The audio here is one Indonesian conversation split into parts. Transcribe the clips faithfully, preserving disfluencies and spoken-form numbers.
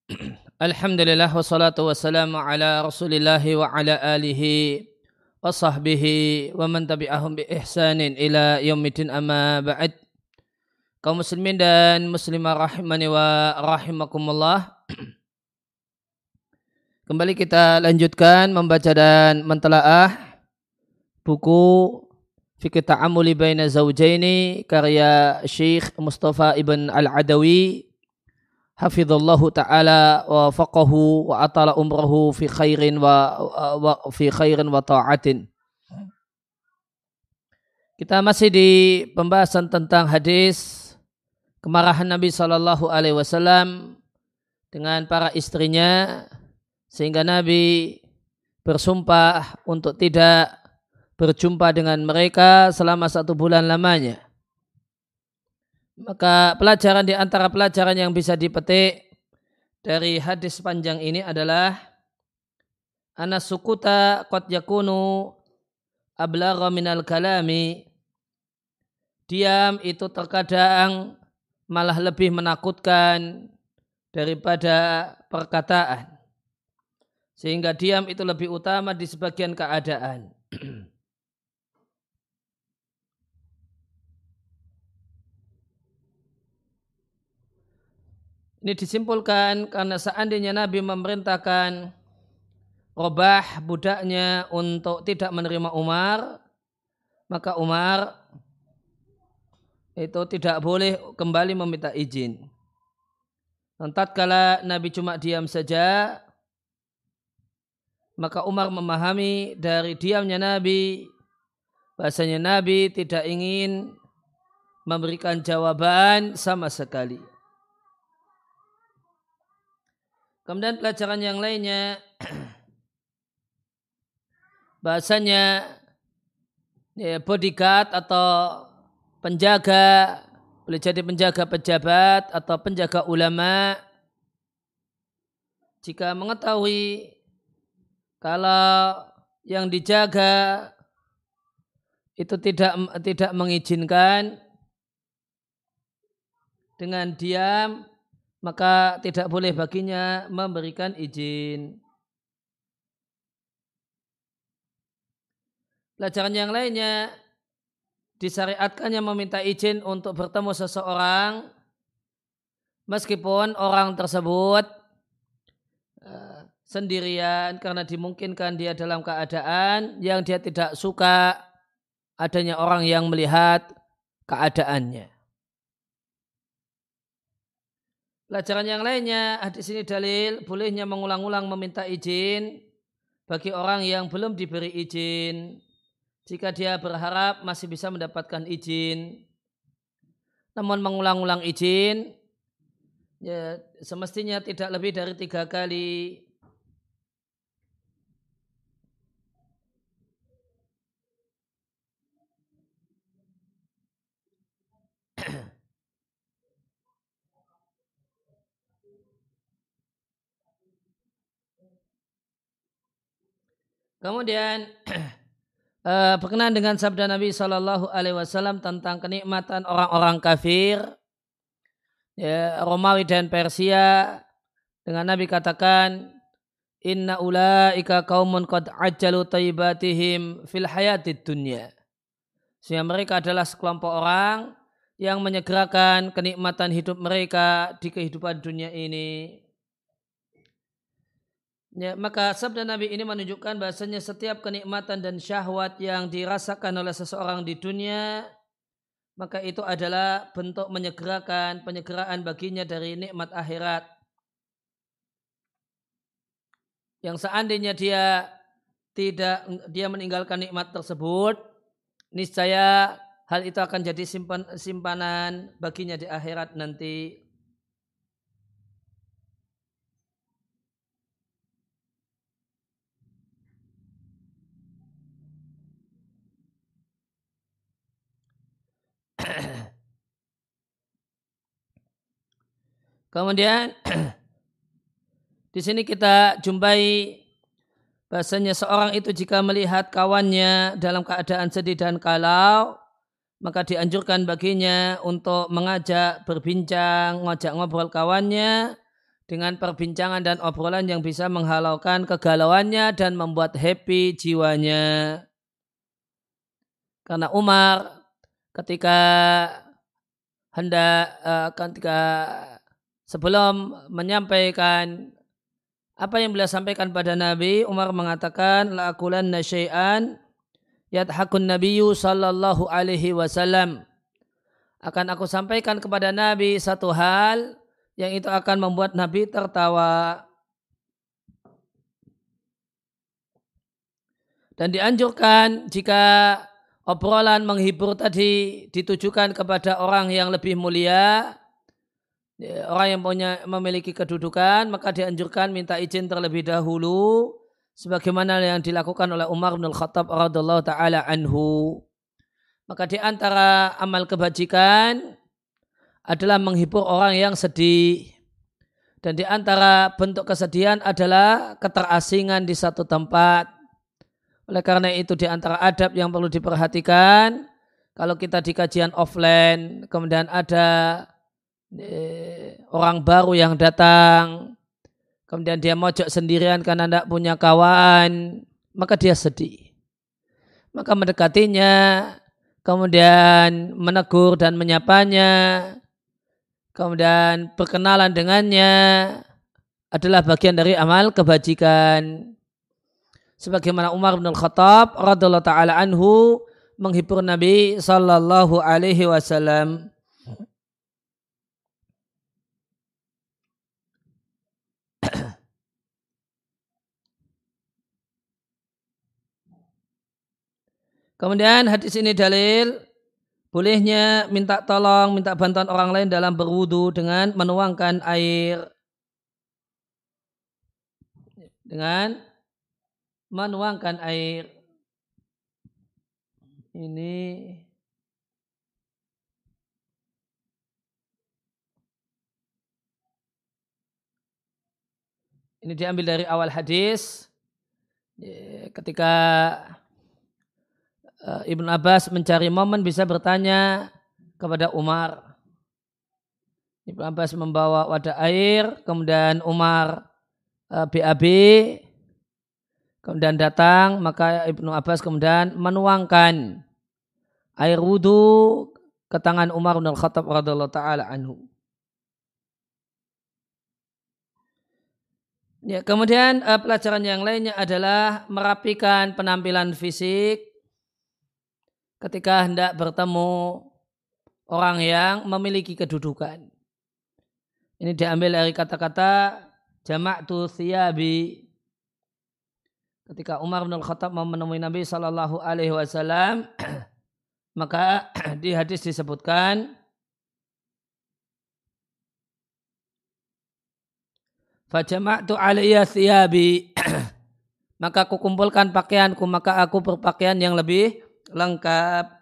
Alhamdulillah wassalatu wassalamu ala rasulillahi wa ala alihi wa sahbihi wa man tabi'ahum bi ihsanin ila yaumidin amma ba'd. Kaum muslimin dan muslimah rahimani wa rahimakumullah. Kembali kita lanjutkan membaca dan mentelaah buku Fiqh Ta'amuli Baina Zawjaini karya Syekh Mustafa Ibn Al-Adawi hafizallahu ta'ala wa faqahu wa atala umrahu fi khairin wa, wa fi khairin wa ta'atin. Kita masih di pembahasan tentang hadis kemarahan Nabi sallallahu alaihi wasallam dengan para istrinya sehingga Nabi bersumpah untuk tidak berjumpa dengan mereka selama satu bulan lamanya. Maka pelajaran di antara pelajaran yang bisa dipetik dari hadis panjang ini adalah anna sukuta qad yakunu ablagha minal kalami. Diam itu terkadang malah lebih menakutkan daripada perkataan. Sehingga diam itu lebih utama di sebagian keadaan. Ini disimpulkan karena seandainya Nabi memerintahkan Robah budaknya untuk tidak menerima Umar, maka Umar itu tidak boleh kembali meminta izin. Dan tatkala Nabi cuma diam saja, maka Umar memahami dari diamnya Nabi bahasanya Nabi tidak ingin memberikan jawaban sama sekali. Kemudian pelajaran yang lainnya bahasanya ya, bodyguard atau penjaga, boleh jadi penjaga pejabat atau penjaga ulama, jika mengetahui kalau yang dijaga itu tidak tidak mengizinkan dengan diam, maka tidak boleh baginya memberikan izin. Pelajaran yang lainnya, disyariatkannya meminta izin untuk bertemu seseorang meskipun orang tersebut uh, sendirian karena dimungkinkan dia dalam keadaan yang dia tidak suka adanya orang yang melihat keadaannya. Pelajaran yang lainnya, hadis ini dalil bolehnya mengulang-ulang meminta izin bagi orang yang belum diberi izin jika dia berharap masih bisa mendapatkan izin. Namun mengulang-ulang izin ya, semestinya tidak lebih dari tiga kali. Kemudian uh, berkenaan dengan sabda Nabi Shallallahu Alaihi Wasallam tentang kenikmatan orang-orang kafir, ya, Romawi dan Persia, dengan Nabi katakan, Inna ulaika kaumun qad ajjalu tayyibatihim fil hayatid dunya. Sehingga mereka adalah sekelompok orang yang menyegerakan kenikmatan hidup mereka di kehidupan dunia ini. Ya, maka sabda Nabi ini menunjukkan bahasanya setiap kenikmatan dan syahwat yang dirasakan oleh seseorang di dunia, maka itu adalah bentuk menyegerakan, penyegeraan baginya dari nikmat akhirat. Yang seandainya dia tidak dia meninggalkan nikmat tersebut, niscaya hal itu akan jadi simpan, simpanan baginya di akhirat nanti. Kemudian di sini kita jumpai bahasanya seorang itu jika melihat kawannya dalam keadaan sedih dan galau, maka dianjurkan baginya untuk mengajak berbincang, ngajak ngobrol kawannya dengan perbincangan dan obrolan yang bisa menghalaukan kegalauannya dan membuat happy jiwanya. Karena Umar ketika hendak uh, ketika sebelum menyampaikan apa yang beliau sampaikan pada Nabi, Umar mengatakan la aqulanna syai'an yadhakun nabiyyu sallallahu alaihi wasallam. Akan aku sampaikan kepada Nabi satu hal yang itu akan membuat Nabi tertawa. Dan dianjurkan jika obrolan menghibur tadi ditujukan kepada orang yang lebih mulia, orang yang punya memiliki kedudukan, maka dianjurkan minta izin terlebih dahulu sebagaimana yang dilakukan oleh Umar bin Al-Khattab radhiyallahu taala anhu. Maka di antara amal kebajikan adalah menghibur orang yang sedih. Dan di antara bentuk kesedihan adalah keterasingan di satu tempat. Oleh karena itu di antara adab yang perlu diperhatikan, kalau kita di kajian offline, kemudian ada eh, orang baru yang datang, kemudian dia mojok sendirian karena tidak punya kawan, maka dia sedih. Maka mendekatinya, kemudian menegur dan menyapanya, kemudian berkenalan dengannya adalah bagian dari amal kebajikan. Sebagaimana Umar bin Al-Khattab radhiyallahu taala anhu menghibur Nabi sallallahu alaihi wasallam. Kemudian hadis ini dalil bolehnya minta tolong, minta bantuan orang lain dalam berwudu dengan menuangkan air. Dengan menuangkan air. Ini ini diambil dari awal hadis ketika Ibnu Abbas mencari momen bisa bertanya kepada Umar. Ibnu Abbas membawa wadah air, kemudian Umar uh, B A B, kemudian datang, maka Ibnu Abbas kemudian menuangkan air wudu ke tangan Umar bin Al-Khattab radhiyallahu taala anhu. Ya, kemudian uh, pelajaran yang lainnya adalah merapikan penampilan fisik ketika hendak bertemu orang yang memiliki kedudukan. Ini diambil dari kata-kata jama'tu thiyabi. Ketika Umar bin Al-Khattab menemui Nabi sallallahu alaihi wasallam, maka di hadis disebutkan fajama'tu alayya thiyabi. Maka aku kumpulkan pakaianku, maka aku berpakaian yang lebih lengkap.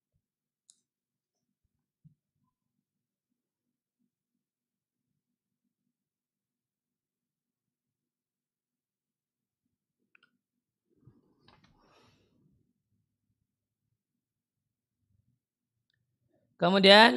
Kemudian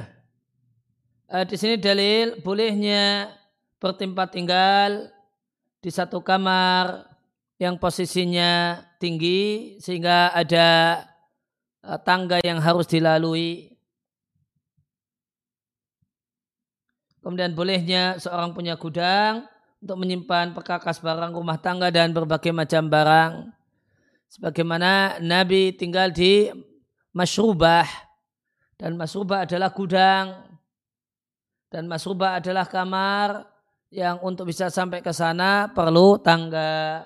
di sini dalil bolehnya bertempat tinggal di satu kamar yang posisinya tinggi sehingga ada tangga yang harus dilalui. Kemudian bolehnya seorang punya gudang untuk menyimpan perkakas barang rumah tangga dan berbagai macam barang. Sebagaimana Nabi tinggal di Mashrubah, dan Mashrubah adalah gudang, dan Mashrubah adalah kamar yang untuk bisa sampai ke sana perlu tangga.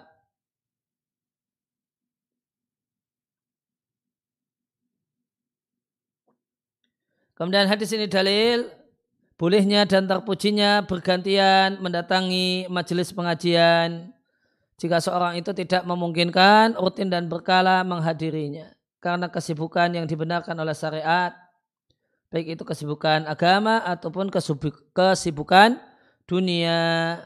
Kemudian hadis ini dalil bolehnya dan terpujinya bergantian mendatangi majelis pengajian jika seorang itu tidak memungkinkan rutin dan berkala menghadirinya karena kesibukan yang dibenarkan oleh syariat, baik itu kesibukan agama ataupun kesibukan dunia.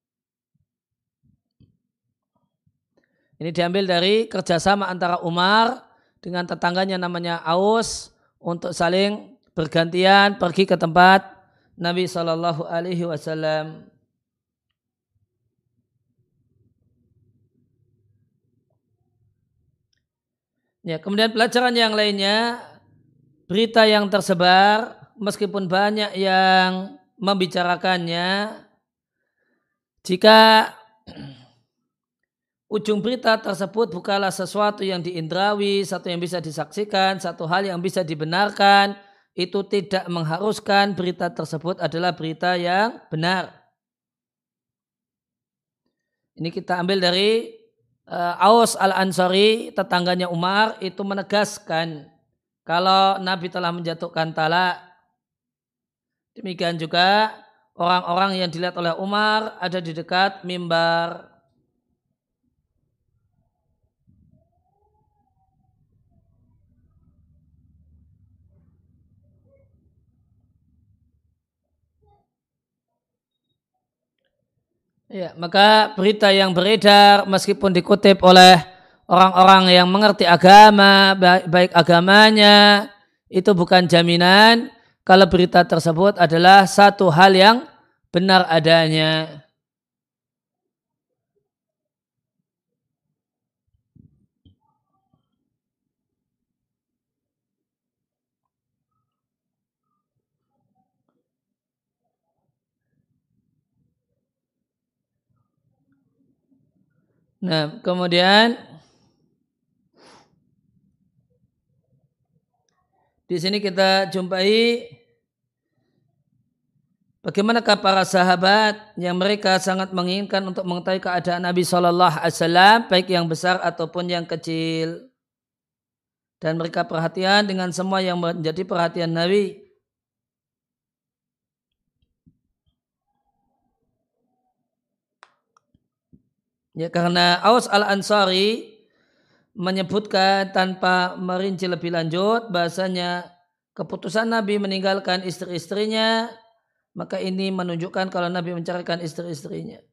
Ini diambil dari kerjasama antara Umar dengan tetangganya namanya Aus untuk saling bergantian pergi ke tempat Nabi Shallallahu Alaihi Wasallam. Ya, kemudian pelajaran yang lainnya, berita yang tersebar meskipun banyak yang membicarakannya, jika ujung berita tersebut bukanlah sesuatu yang diindrawi, satu yang bisa disaksikan, satu hal yang bisa dibenarkan, itu tidak mengharuskan berita tersebut adalah berita yang benar. Ini kita ambil dari uh, Aus al-Ansari, tetangganya Umar, itu menegaskan kalau Nabi telah menjatuhkan talak. Demikian juga orang-orang yang dilihat oleh Umar ada di dekat mimbar. Ya, maka berita yang beredar meskipun dikutip oleh orang-orang yang mengerti agama, baik agamanya, itu bukan jaminan kalau berita tersebut adalah satu hal yang benar adanya. Nah, kemudian di sini kita jumpai bagaimanakah para sahabat yang mereka sangat menginginkan untuk mengetahui keadaan Nabi Shallallahu Alaihi Wasallam, baik yang besar ataupun yang kecil, dan mereka perhatian dengan semua yang menjadi perhatian Nabi. Ya, karena Aus al-Ansari menyebutkan tanpa merinci lebih lanjut bahasanya keputusan Nabi meninggalkan istri-istrinya, maka ini menunjukkan kalau Nabi menceraikan istri-istrinya.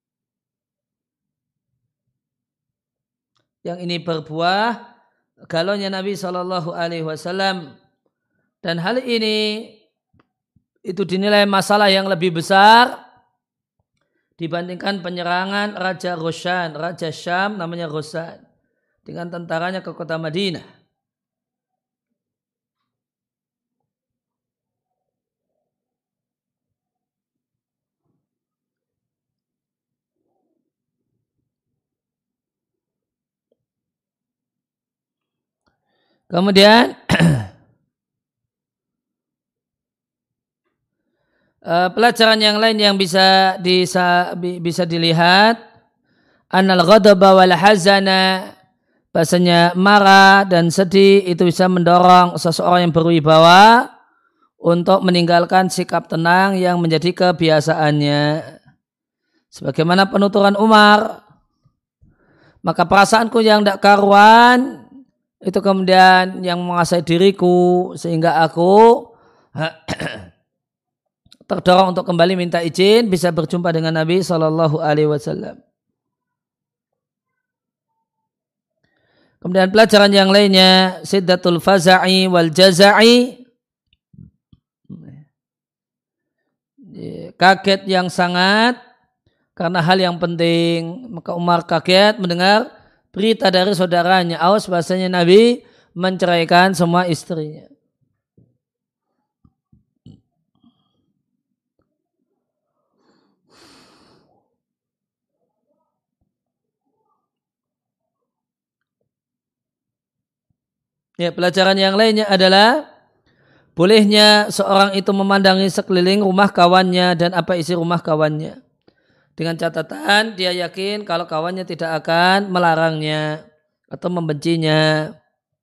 Yang ini berbuah galaunya Nabi shallallahu alaihi wasallam, dan hal ini itu dinilai masalah yang lebih besar dibandingkan penyerangan Raja Roshan, Raja Syam namanya Roshan, dengan tentaranya ke kota Madinah. Kemudian pelajaran yang lain yang bisa bisa, bisa dilihat, annal ghadaba wal hazana, bahasanya marah dan sedih itu bisa mendorong seseorang yang berwibawa untuk meninggalkan sikap tenang yang menjadi kebiasaannya. Sebagaimana penuturan Umar, maka perasaanku yang tidak karuan itu kemudian yang menguasai diriku sehingga aku terdorong untuk kembali minta izin bisa berjumpa dengan Nabi Shallallahu Alaihi Wasallam. Kemudian pelajaran yang lainnya, siddatul faza'i wal jaza'i, kaget yang sangat karena hal yang penting. Maka Umar kaget mendengar berita dari saudaranya Aus bahasanya Nabi menceraikan semua istrinya. Ya, pelajaran yang lainnya adalah bolehnya seorang itu memandangi sekeliling rumah kawannya dan apa isi rumah kawannya, dengan catatan dia yakin kalau kawannya tidak akan melarangnya atau membencinya.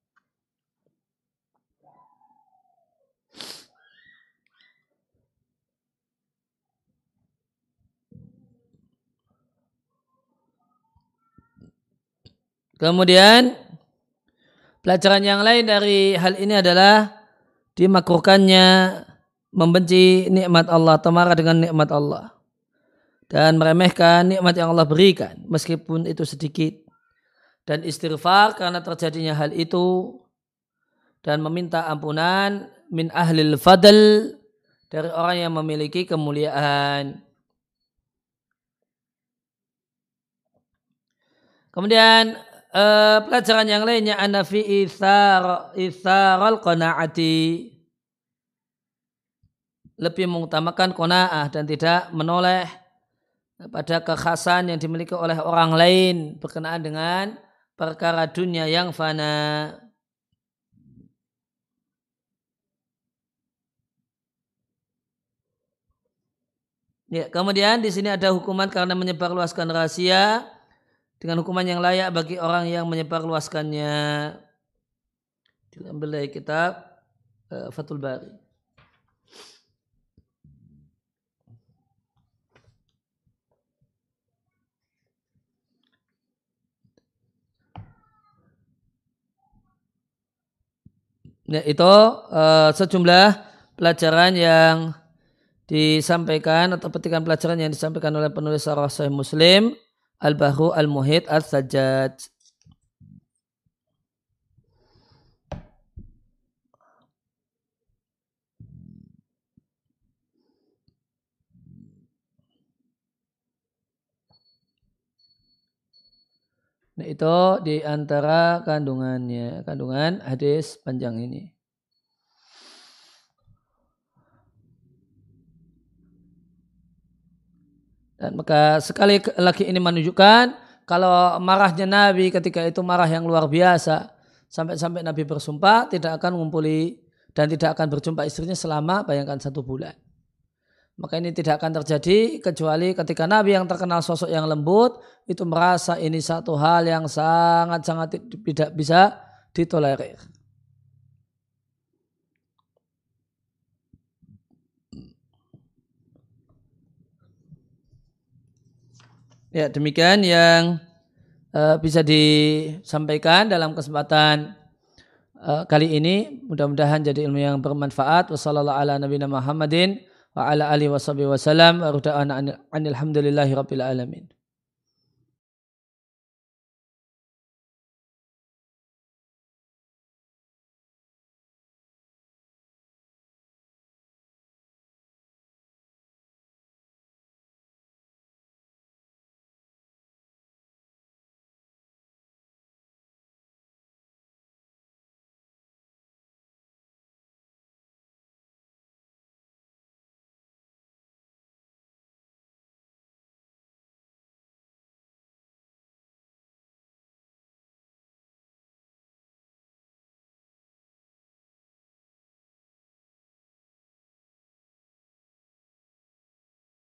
Kemudian pelajaran yang lain dari hal ini adalah dimakruhkannya membenci nikmat Allah atau marah dengan nikmat Allah dan meremehkan nikmat yang Allah berikan meskipun itu sedikit, dan istighfar karena terjadinya hal itu dan meminta ampunan min ahlil fadl, dari orang yang memiliki kemuliaan. Kemudian uh, pelajaran yang lainnya anafi ithar itharal qanaati, lebih mengutamakan qanaah dan tidak menoleh pada kekhasan yang dimiliki oleh orang lain berkenaan dengan perkara dunia yang fana. Ya, kemudian di sini ada hukuman karena menyebarluaskan rahasia dengan hukuman yang layak bagi orang yang menyebarluaskannya. Diambil dari kitab uh, Fathul Bari. Nah, itu uh, sejumlah pelajaran yang disampaikan atau petikan pelajaran yang disampaikan oleh penulis Syarah Sahih Muslim Al-Bahru Al-Muhit Al-Sajjaj. Nah, itu di antara kandungannya, kandungan hadis panjang ini. Dan maka sekali lagi ini menunjukkan kalau marahnya Nabi ketika itu marah yang luar biasa. Sampai-sampai Nabi bersumpah tidak akan mengumpuli dan tidak akan berjumpa istrinya selama bayangkan satu bulan. Maka ini tidak akan terjadi kecuali ketika Nabi yang terkenal sosok yang lembut itu merasa ini satu hal yang sangat-sangat tidak bisa ditolerir. Ya, demikian yang uh, bisa disampaikan dalam kesempatan uh, kali ini. Mudah-mudahan jadi ilmu yang bermanfaat. Wassallallahu ala nabiyina Muhammadin wa ala alihi washabihi wasallam. Wa ruda'ana anil hamdulillahi rabbil alamin.